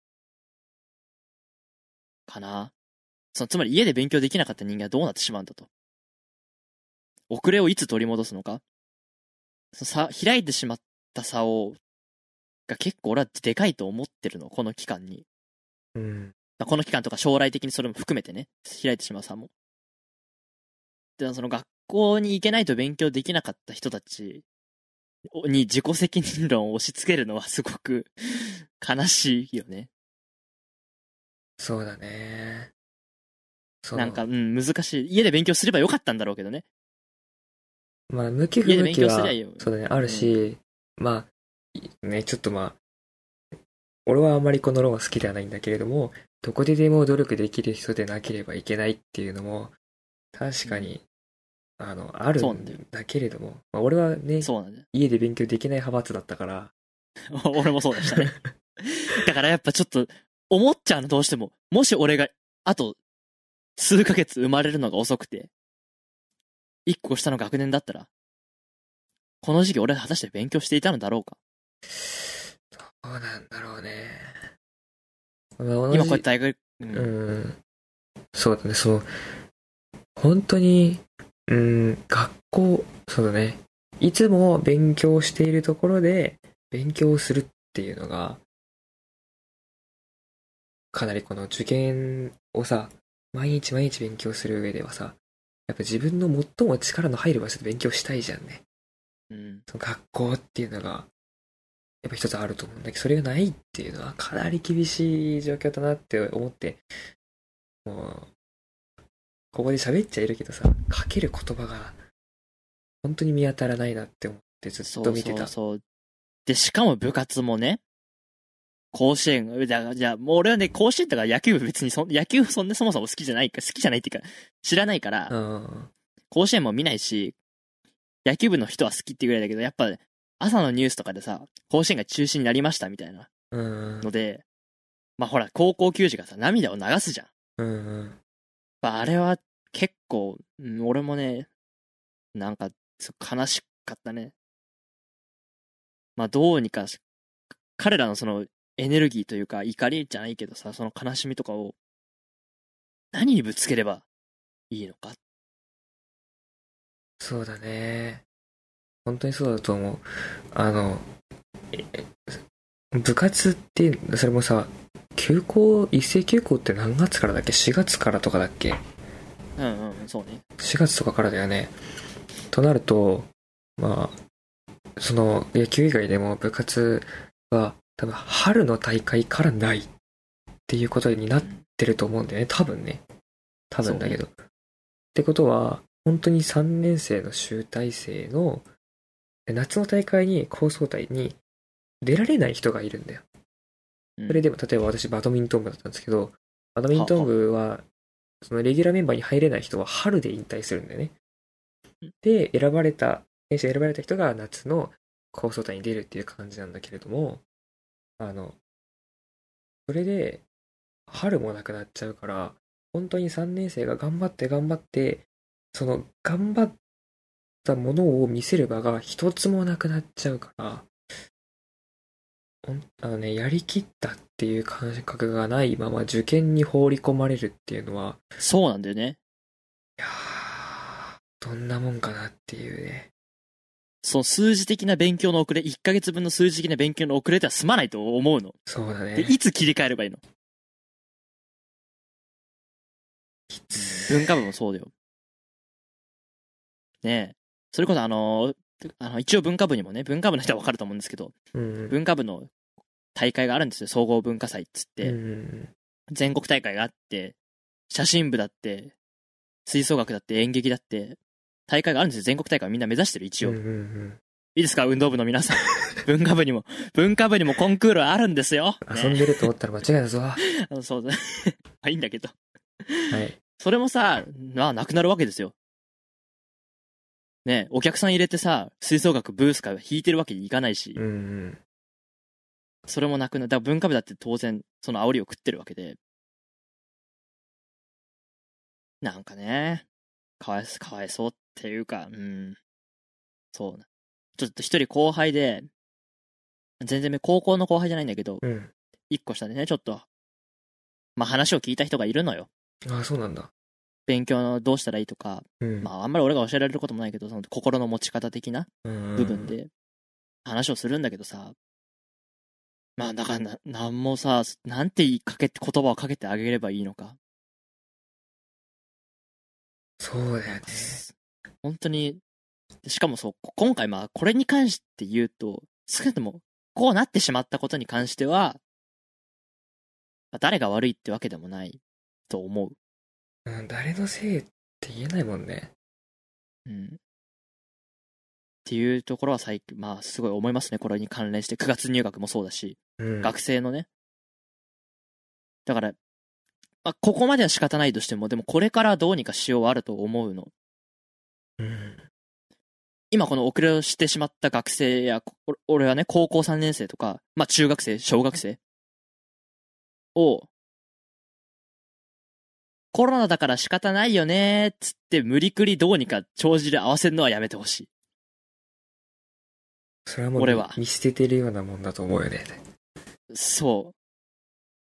かな。そのつまり家で勉強できなかった人間はどうなってしまうんだと。遅れをいつ取り戻すのか。その差、開いてしまった差を、が結構俺はでかいと思ってるの、この期間に。 うん。 この期間とか将来的にそれも含めてね、開いてしまう差も。で、その学校に行けないと勉強できなかった人たちに自己責任論を押し付けるのはすごく悲しいよね。 そうだね。 なんか、うん、難しい。家で勉強すればよかったんだろうけどね。 まあ、向き不向きは、そうだね、あるし、うん、まあ、ね、ちょっとまあ、 俺はあんまりこの論は好きではないんだけれども、どこででも努力できる人でなければいけないっていうのも、確かに、うん、あの、あるんだけれども、まあ、俺はね、 そうなんだよ。 家で勉強できない派閥だったから。 俺もそうでしたね。だからやっぱちょっと、思っちゃうのどうしても。もし俺が、あと、数ヶ月生まれるのが遅くて、一個下の学年だったら、この時期俺は果たして勉強していたのだろうか。 どうなんだろうね。 今こうやって大学、 うん、うん。そうだね、そう。本当に、うん、学校、そうだね。いつも勉強しているところで、勉強するっていうのが、かなりこの受験をさ、毎日毎日勉強する上ではさ、やっぱ自分の最も力の入る場所で勉強したいじゃんね。 うん。 その学校っていうのが、やっぱ一つあると思うんだけど、それがないっていうのはかなり厳しい状況だなって思って、もう、ここで喋っちゃいるけどさ、書ける言葉が、本当に見当たらないなって思ってずっと見てた。 そうそうそう。で、しかも部活もね、甲子園、じゃじゃもう俺はね、甲子園とか野球部別にそ、野球そんなそもそも好きじゃないか、好きじゃないっていうか、知らないから、甲子園も見ないし、野球部の人は好きっていうぐらいだけど、やっぱ、朝のニュースとかでさ、甲子園が中止になりましたみたいなので、まあほら、高校球児がさ、涙を流すじゃん。 うんうん、 あれは結構、うん、俺もね、なんか、悲しかったね。まあどうにか、彼らのそのエネルギーというか怒りじゃないけどさ、その悲しみとかを何にぶつければいいのか。 そうだね。本当にそうだと思う。あの、部活って、それもさ、休校、一斉休校って何月からだっけ ?しがつ からとかだっけ？ うんうん、そうね。 しがつとかからだよね。となると、まあ、その野球以外でも部活は多分春の大会からないっていうことになってると思うんだよね。多分ね。多分だけど。ね、ってことは、本当にさんねん生の集大成の夏の大会に高層隊に出られない人がいるんだよ。それでも、例えば私バドミントン部だったんですけど、バドミントン部は、そのレギュラーメンバーに入れない人は春で引退するんだよね。で、選ばれた、選手選ばれた人が夏の高層隊に出るっていう感じなんだけれども、あの、それで、春もなくなっちゃうから、本当にさんねん生が頑張って頑張って、その頑張ったものを見せる場が一つもなくなっちゃうから、あのね、やりきったっていう感覚がないまま受験に放り込まれるっていうのは、 そうなんだよね。 いやー、どんなもんかなっていうね。 そう、数字的な勉強の遅れ、いっかげつぶんの数字的な勉強の遅れでは済まないと思うの。 そうだね。 で、いつ切り替えればいいの？文化部もそうだよ。ねえ。それこそあの、あの一応文化部にもね、文化部の人はわかると思うんですけど、 うん、 文化部の大会があるんですよ。総合文化祭っつって。 うん、 全国大会があって、写真部だって、吹奏楽だって演劇だって、大会があるんですよ。全国大会をみんな目指してる、一応。 うんうんうん、いいですか、運動部の皆さん。文化部にも、文化部にもコンクールあるんですよ。 ね、遊んでると思ったら間違いだぞ。 そうだ。まあいいんだけど。 はい。それもさ、まあ、なくなるわけですよ。ね、お客さん入れてさ、吹奏楽ブースから弾いてるわけにいかないし。 うんうん、 それもなくなる。だから文化部だって当然、その煽りを食ってるわけで。なんかね、かわい、かわいそうっていうか、うん。そうな。ちょっと一人後輩で、全然高校の後輩じゃないんだけど、 うん、 一個下でね、ちょっと、まあ話を聞いた人がいるのよ。 ああ、そうなんだ。 勉強のどうしたらいいとか、 うん、 まああんまり俺が教えられることもないけど、その心の持ち方的な部分で話をするんだけどさ、まあだからな、なんもさ、なんて言いかけて、言葉をかけてあげればいいのか。 そうだよね。 本当に、しかもそう、今回まあこれに関して言うと、少なくともこうなってしまったことに関しては、誰が悪いってわけでもないと思う。 うん、誰のせいって言えないもんね。 うん。っていうところは最近、まあすごい思いますね。これに関連して、くがつ入学もそうだし、 うん、 学生のね、 だから、まあ、ここまでは仕方ないとしても、でもこれからどうにかしようあると思うの。 うん。 今この遅れをしてしまった学生や、俺はね、高校さんねん生とか、まあ中学生、小学生を、コロナだから仕方ないよねーっつって無理くりどうにか帳尻合わせるのはやめてほしい。 それはもう俺は見捨ててるようなもんだと思うよね。 そう。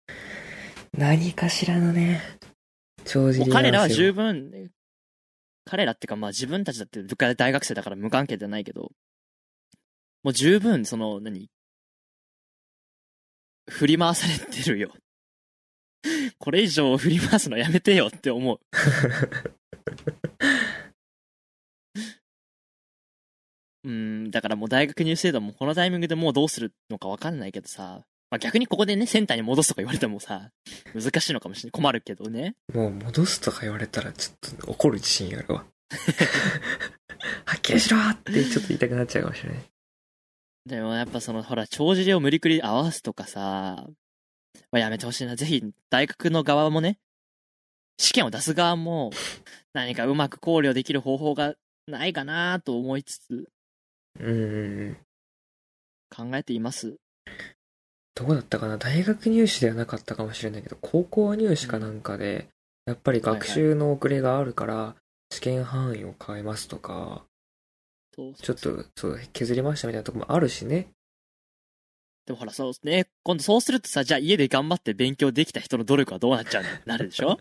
何かしらのね、帳尻合わせを。 彼らは十分、彼らってかまあ自分たちだって大学生だから無関係じゃないけど、もう十分その何振り回されてるよ。これ以上振り回すのやめてよって思う。うん、だからもう大学入試制度もこのタイミングでもうどうするのか分かんないけどさ、まあ、逆にここでねセンターに戻すとか言われてもさ難しいのかもしれない。困るけどね。 もう戻すとか言われたらちょっと怒る自信あるわ。はっきりしろってちょっと言いたくなっちゃうかもしれない。 でもやっぱそのほら帳尻を無理くり合わすとかさ、まあ、やめてほしいな。ぜひ大学の側もね、試験を出す側も何かうまく考慮できる方法がないかなと思いつつ、 うん。 考えています。 どうだったかな、大学入試ではなかったかもしれないけど、高校入試かなんかで、うん、やっぱり学習の遅れがあるから、試験範囲を変えますとか、そうそうそう、ちょっとそう削りましたみたいなとこもあるしね。 でもほら、そうね、今度そうするとさ、じゃあ家で頑張って勉強できた人の努力はどうなっちゃうんだってなるでしょ。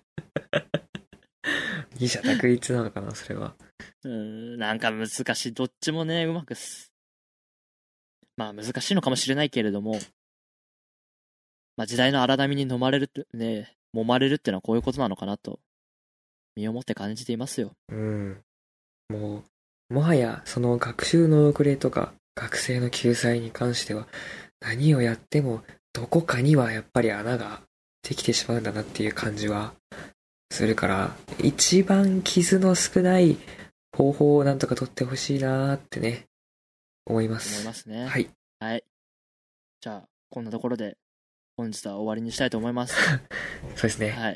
二者択一なのかな、それは。 うーん、なんか難しい。どっちもね、うまくす。まあ難しいのかもしれないけれども、まあ時代の荒波に飲まれるってね、揉まれるってのはこういうことなのかなと、身をもって感じていますよ。 うん。もう、もはやその学習の遅れとか、学生の救済に関しては、何をやってもどこかにはやっぱり穴ができてしまうんだなっていう感じはするから、一番傷の少ない方法をなんとか取ってほしいなーってね、思います。 思いますね。 はい。 はい。じゃあ、こんなところで本日は終わりにしたいと思います。 そうですね。 はい。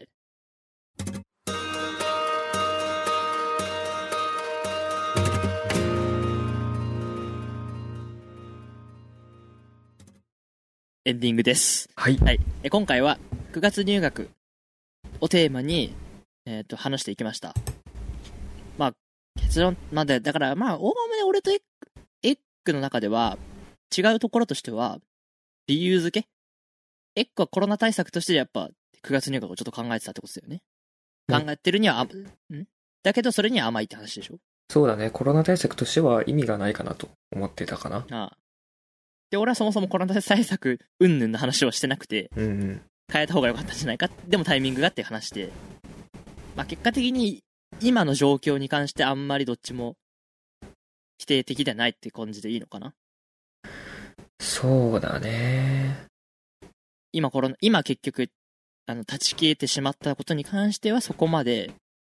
エンディングです。 はい。 はい、え今回はくがつ入学をテーマに、えー、と話していきました。まあ、結論まで、だからまあ、大まめ俺とエッグ、エッグの中では違うところとしては、理由付けエッグはコロナ対策としてやっぱくがつ入学をちょっと考えてたってことですよね。考えてるには、んだけどそれには甘いって話でしょ。 そうだね。コロナ対策としては意味がないかなと思ってたかな。 ああ。で、俺はそもそもコロナ対策云々の話をしてなくて、 うんうん、 変えた方が良かったんじゃないか。でもタイミングがっていう話で、まあ結果的に今の状況に関してあんまりどっちも否定的ではないって感じでいいのかな。 そうだね。 今コロナ、今結局、あの、断ち消えてしまったことに関してはそこまで、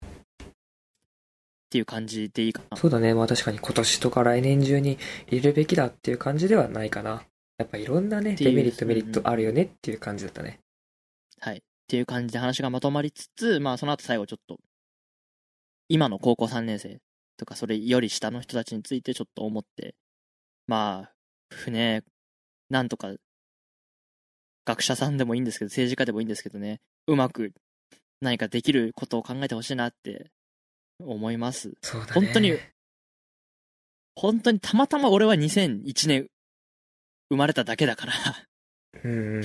っていう感じでいいかな。 そうだね。まあ確かに今年とか来年中に入れるべきだっていう感じではないかな。やっぱいろんなね、デメリットメリットあるよねっていう感じだったね。 はい。っていう感じで話がまとまりつつ、まあその後最後ちょっと、今の高校さんねん生とかそれより下の人たちについてちょっと思って、まあ、ね、なんとか、学者さんでもいいんですけど、政治家でもいいんですけどね、うまく何かできることを考えてほしいなって思います。 そうだね。 本当に、本当にたまたま俺はにせんいちねん生まれただけだからうんうんうん。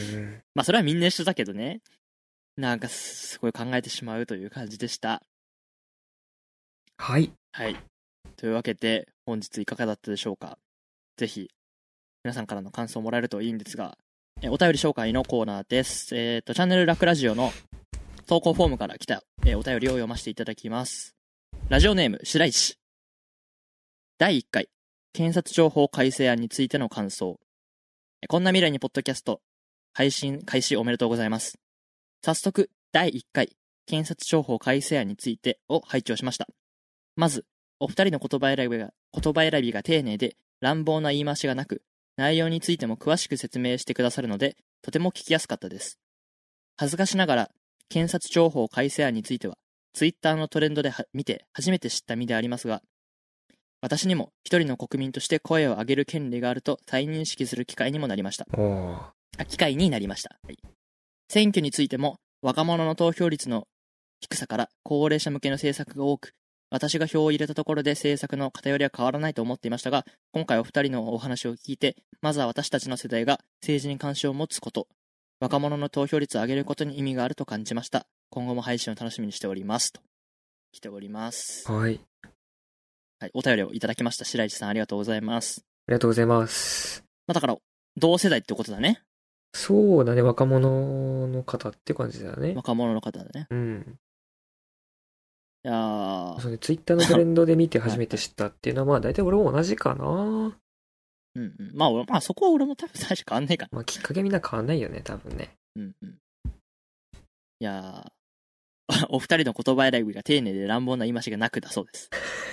まあそれはみんな一緒だけどね。なんかすごい考えてしまうという感じでした。 はい。 はい。というわけで、本日いかがだったでしょうか。ぜひ、皆さんからの感想をもらえるといいんですが、えお便り紹介のコーナーです。えっと、チャンネルラクラジオの投稿フォームから来た、えお便りを読ませていただきます。ラジオネーム、白石。だいいっかい、検察情報改正案についての感想。こんな未来にポッドキャスト、配信開始おめでとうございます。早速、だいいっかい、検察情報改正案についてを拝聴しました。まず、お二人の言葉選びが、言葉選びが丁寧で、乱暴な言い回しがなく、内容についても詳しく説明してくださるので、とても聞きやすかったです。 恥ずかしながら検察庁法改正案についてはツイッターのトレンドでは見て初めて知った身でありますが、私にも一人の国民として声を上げる権利があると再認識する機会にもなりました。あ機会になりました、はい。選挙についても若者の投票率の低さから高齢者向けの政策が多く、私が票を入れたところで政策の偏りは変わらないと思っていましたが、今回お二人のお話を聞いて、まずは私たちの世代が政治に関心を持つこと、若者の投票率を上げることに意味があると感じました。今後も配信を楽しみにしておりますと来ております。 はい、 はい、お便りをいただきました白石さん、ありがとうございます。 ありがとうございます。 まあ、だから同世代ってことだね。 そうだね、若者の方って感じだね。 若者の方だね。 うん。 いやーそうね、ツイッターのトレンドで見て初めて知ったっていうのはまあ大体俺も同じかな。うんうん。まあ、まあそこは俺も多分最初変わんないかな。 まあきっかけみんな変わんないよね、多分ね。 うんうん。いやーお二人の言葉選びが丁寧で乱暴な言い回しがなくだそうです。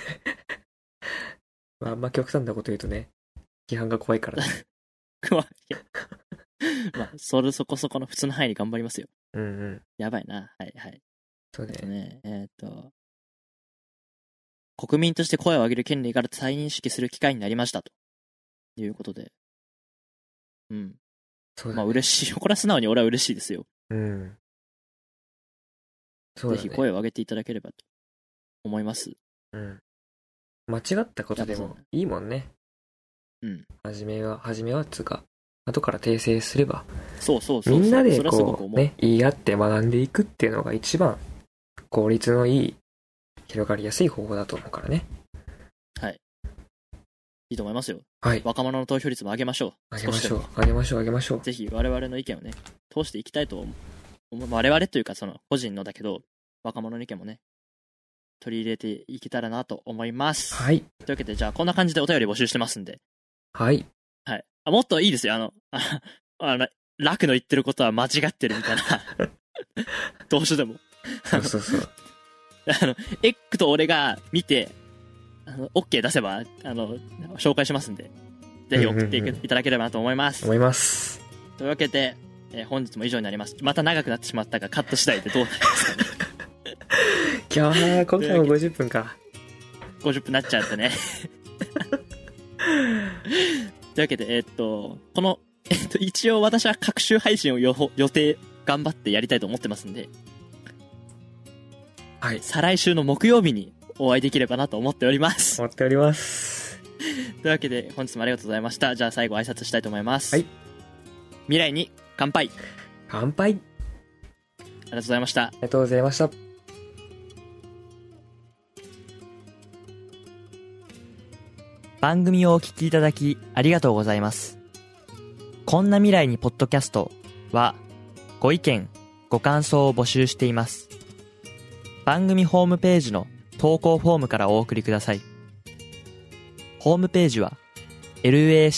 まああんま極端なこと言うとね、批判が怖いからね。 怖い。まあ、それそこそこの普通の範囲に頑張りますよ。 うんうん。 やばいな。はいはい。 そうね。 ねえー、っと、国民として声を上げる権利があると再認識する機会になりましたということで。うん。 そうだね、 まあ嬉しい。これは素直に俺は嬉しいですよ。 うん。そうだね。 ぜひ声を上げていただければと思います。 うん。間違ったことでもいいもんね。 うん。 初めは、初めはつうか、後から訂正すれば。 そうそうそうそう。 みんなでこう、ね、言い合って学んでいくっていうのが一番効率のいい、広がりやすい方法だと思うからね。 はい。いいと思いますよ。 はい。 若者の投票率も上げましょう。 上げましょう。上げましょう、上げましょう。 ぜひ我々の意見をね、通していきたいと思う。我々というか、その、個人のだけど、若者の意見もね、取り入れていけたらなと思います。 はい。 というわけで、じゃあ、こんな感じでお便り募集してますんで。 はい。 はい。あ、もっといいですよ。あの、ああの、楽の言ってることは間違ってるみたいな。どうしでも。 そうそうそう。 あの、エッグと俺が見て、あの、OK 出せば、あの、紹介しますんで、ぜひ送っていただければなと思います。 思います。 というわけで、えー、本日も以上になります。また長くなってしまったが、カット次第でどうなりますかね。 今日は、今回もごじゅっぷんか。 ごじゅっぷんなっちゃってね。というわけで、えー、っと、この、えー、っと、一応私は各週配信を予定、頑張ってやりたいと思ってますんで、 はい。 再来週の木曜日にお会いできればなと思っております。 思っております。 というわけで、本日もありがとうございました。じゃあ最後挨拶したいと思います。 はい。 未来に乾杯。 乾杯。 ありがとうございました。 ありがとうございました。 番組をお聞きいただきありがとうございます。こんな未来にポッドキャストはご意見、ご感想を募集しています。番組ホームページの投稿フォームからお送りください。ホームページは ラクラデ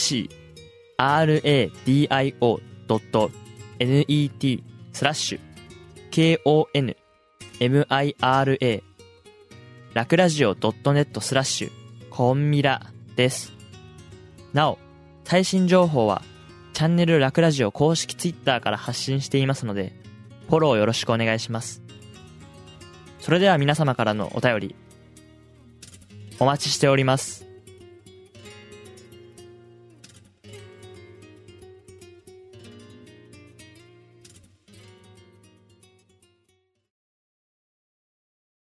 ィオ ドット ネット スラッシュ ケーオーエヌエムアイアールエー ラクラジオ ドットネット スラッシュコンミラです。なお、最新情報はチャンネルラクラジオ公式ツイッターから発信していますので、フォローよろしくお願いします。それでは皆様からのお便りお待ちしております。